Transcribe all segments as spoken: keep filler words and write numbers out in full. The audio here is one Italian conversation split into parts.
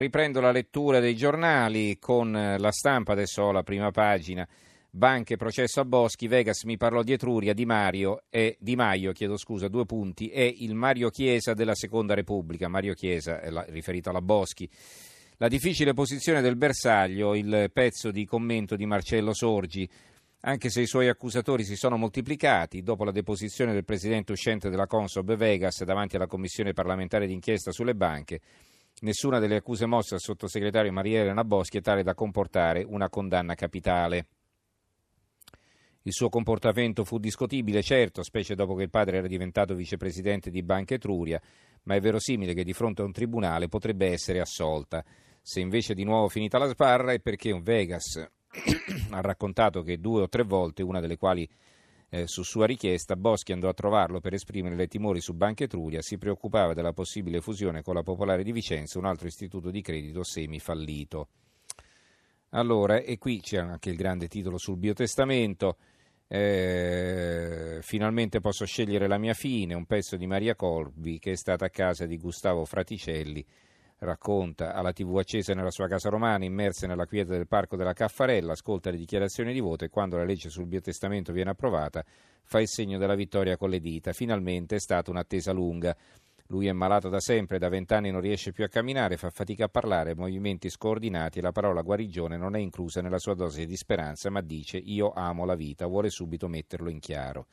Riprendo la lettura dei giornali con La Stampa, adesso ho la prima pagina. Banche, processo a Boschi, Vegas mi parlò di Etruria, Di Mario e Di Maio, chiedo scusa, due punti, è il Mario Chiesa della Seconda Repubblica. Mario Chiesa è la, riferito alla Boschi. La difficile posizione del bersaglio, il pezzo di commento di Marcello Sorgi. Anche se i suoi accusatori si sono moltiplicati, dopo la deposizione del presidente uscente della Consob Vegas davanti alla commissione parlamentare d'inchiesta sulle banche, nessuna delle accuse mosse al sottosegretario Maria Elena Boschi è tale da comportare una condanna capitale. Il suo comportamento fu discutibile, certo, specie dopo che il padre era diventato vicepresidente di Banca Etruria, ma è verosimile che di fronte a un tribunale potrebbe essere assolta. Se invece di nuovo finita la sbarra è perché un Vegas ha raccontato che due o tre volte, una delle quali Eh, su sua richiesta, Boschi andò a trovarlo per esprimere le timori su Banca Etruria, si preoccupava della possibile fusione con la Popolare di Vicenza, un altro istituto di credito semifallito. Allora, e qui c'è anche il grande titolo sul biotestamento, eh, finalmente posso scegliere la mia fine, un pezzo di Maria Colbi che è stata a casa di Gustavo Fraticelli, racconta alla tivù accesa nella sua casa romana, immersa nella quiete del parco della Caffarella, ascolta le dichiarazioni di voto e quando la legge sul biotestamento viene approvata fa il segno della vittoria con le dita. Finalmente è stata un'attesa lunga. Lui è malato da sempre, da vent'anni non riesce più a camminare, fa fatica a parlare, movimenti scoordinati e la parola guarigione non è inclusa nella sua dose di speranza, ma dice io amo la vita, vuole subito metterlo in chiaro.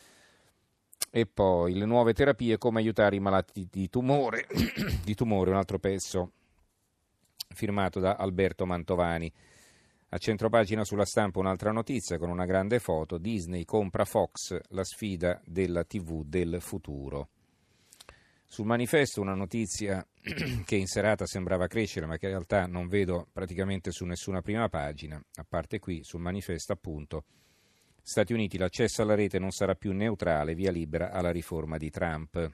E poi le nuove terapie, come aiutare i malati di tumore, di tumore, un altro pezzo firmato da Alberto Mantovani. A centropagina sulla Stampa un'altra notizia con una grande foto, Disney compra Fox, la sfida della tivù del futuro. Sul Manifesto una notizia che in serata sembrava crescere ma che in realtà non vedo praticamente su nessuna prima pagina, a parte qui sul Manifesto appunto. Stati Uniti, l'accesso alla rete non sarà più neutrale, via libera alla riforma di Trump.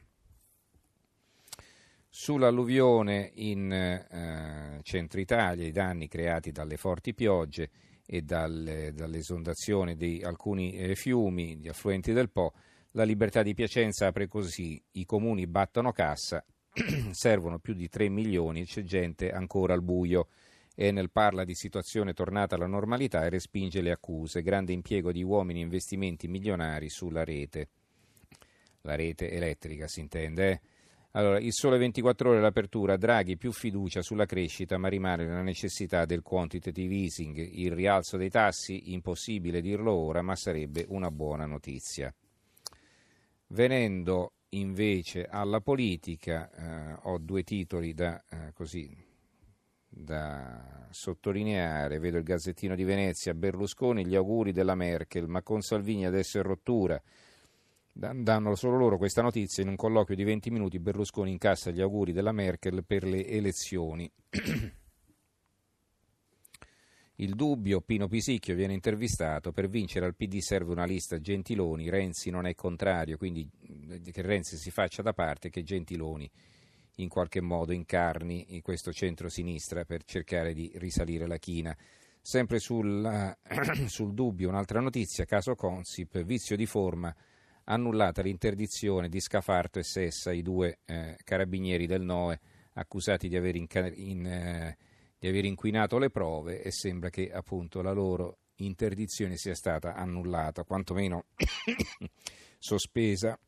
Sull'alluvione in eh, centro Italia, i danni creati dalle forti piogge e dalle, dall'esondazione di alcuni eh, fiumi, gli affluenti del Po, la Libertà di Piacenza apre così, i comuni battono cassa, servono più di tre milioni e c'è gente ancora al buio. Enel parla di situazione tornata alla normalità e respinge le accuse, grande impiego di uomini e investimenti milionari sulla rete, la rete elettrica si intende. Eh? Allora, il Sole ventiquattro Ore, l'apertura, Draghi più fiducia sulla crescita ma rimane la necessità del quantitative easing, il rialzo dei tassi, impossibile dirlo ora ma sarebbe una buona notizia. Venendo invece alla politica, eh, ho due titoli da eh, così... da sottolineare, vedo il Gazzettino di Venezia, Berlusconi gli auguri della Merkel, ma con Salvini adesso è rottura, danno solo loro questa notizia, in un colloquio di venti minuti Berlusconi incassa gli auguri della Merkel per le elezioni. Il Dubbio, Pino Pisicchio viene intervistato, per vincere al P D serve una lista Gentiloni, Renzi non è contrario, quindi che Renzi si faccia da parte, che Gentiloni in qualche modo incarni in questo centro-sinistra per cercare di risalire la china. Sempre sul, sul Dubbio un'altra notizia, caso Consip, vizio di forma, annullata l'interdizione di Scafarto e Sessa, i due eh, carabinieri del N O E accusati di aver, inca- in, eh, di aver inquinato le prove e sembra che appunto la loro interdizione sia stata annullata, quantomeno sospesa.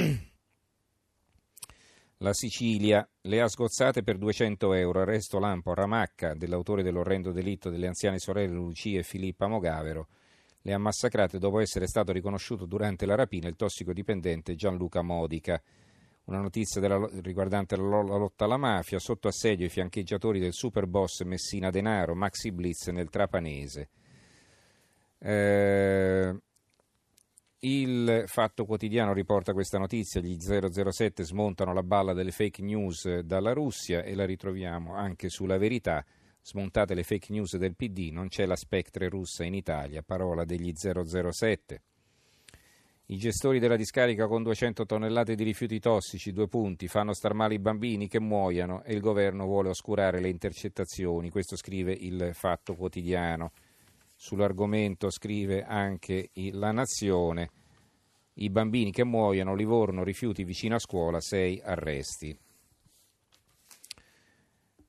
La Sicilia, le ha sgozzate per duecento euro, arresto lampo a Ramacca dell'autore dell'orrendo delitto delle anziane sorelle Lucia e Filippa Mogavero, le ha massacrate dopo essere stato riconosciuto durante la rapina il tossicodipendente Gianluca Modica. Una notizia della, riguardante la, la lotta alla mafia, sotto assedio i fiancheggiatori del superboss Messina Denaro, Maxi Blitz nel Trapanese. Eh... Il Fatto Quotidiano riporta questa notizia, gli zero zero sette smontano la balla delle fake news dalla Russia e la ritroviamo anche sulla Verità, smontate le fake news del P D, non c'è la Spectre russa in Italia, parola degli zero zero sette. I gestori della discarica con duecento tonnellate di rifiuti tossici, due punti, fanno star male i bambini che muoiano e il governo vuole oscurare le intercettazioni, questo scrive il Fatto Quotidiano. Sull'argomento scrive anche La Nazione, i bambini che muoiono, Livorno, rifiuti vicino a scuola, sei arresti.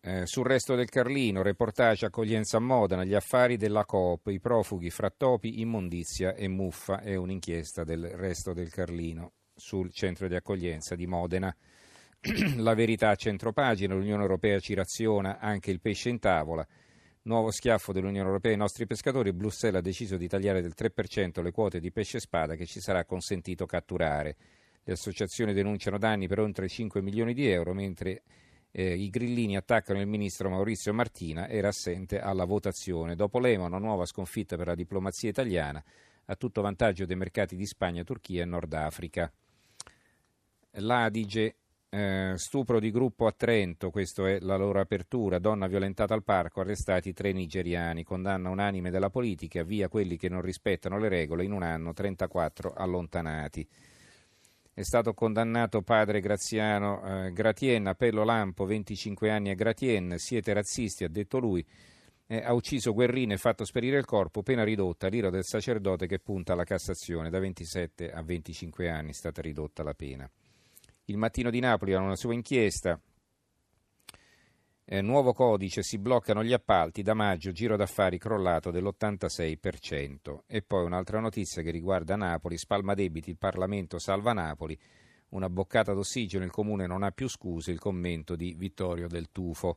Eh, sul resto del Carlino, reportage accoglienza a Modena, gli affari della Coop, i profughi fra topi, immondizia e muffa, è un'inchiesta del Resto del Carlino sul centro di accoglienza di Modena. La Verità a centropagina, l'Unione Europea ci raziona anche il pesce in tavola, nuovo schiaffo dell'Unione Europea ai nostri pescatori, Bruxelles ha deciso di tagliare del tre per cento le quote di pesce spada che ci sarà consentito catturare. Le associazioni denunciano danni per oltre cinque milioni di euro, mentre Eh, i grillini attaccano il ministro Maurizio Martina, era assente alla votazione. Dopo l'E M A, una nuova sconfitta per la diplomazia italiana, a tutto vantaggio dei mercati di Spagna, Turchia e Nord Africa. L'Adige, eh, stupro di gruppo a Trento, questa è la loro apertura, donna violentata al parco, arrestati tre nigeriani, condanna unanime della politica, via quelli che non rispettano le regole, in un anno trentaquattro allontanati. È stato condannato padre Graziano eh, Gratien, appello Lampo, venticinque anni a Gratien, siete razzisti, ha detto lui, eh, ha ucciso Guerrino e fatto sperire il corpo, pena ridotta, l'ira del sacerdote che punta alla Cassazione, da ventisette a venticinque anni è stata ridotta la pena. Il Mattino di Napoli ha una sua inchiesta, eh, nuovo codice, si bloccano gli appalti, da maggio giro d'affari crollato dell'ottantasei per cento. E poi un'altra notizia che riguarda Napoli, spalma debiti, il Parlamento salva Napoli, una boccata d'ossigeno, il comune non ha più scuse, il commento di Vittorio Del Tufo.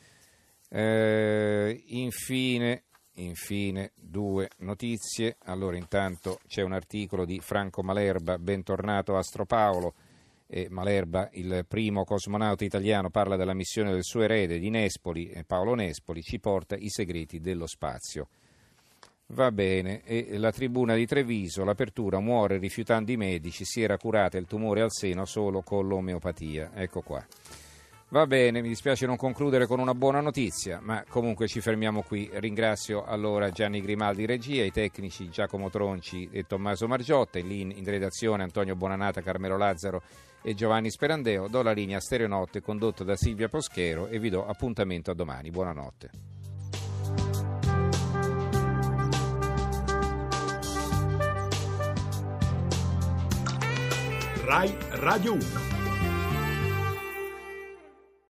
Eh, infine, infine due notizie, allora intanto c'è un articolo di Franco Malerba, bentornato Astropaolo. E Malerba, il primo cosmonauta italiano, parla della missione del suo erede di Nespoli, Paolo Nespoli, ci porta i segreti dello spazio. Va bene, e la Tribuna di Treviso, l'apertura, muore rifiutando i medici, si era curata il tumore al seno solo con l'omeopatia. Ecco qua. Va bene, mi dispiace non concludere con una buona notizia, ma comunque ci fermiamo qui. Ringrazio allora Gianni Grimaldi regia, i tecnici Giacomo Tronci e Tommaso Margiotta, in, in redazione Antonio Bonanata, Carmelo Lazzaro e Giovanni Sperandeo. Do la linea a Stereonotte condotto da Silvia Poschero e vi do appuntamento a domani. Buonanotte. Rai Radio uno.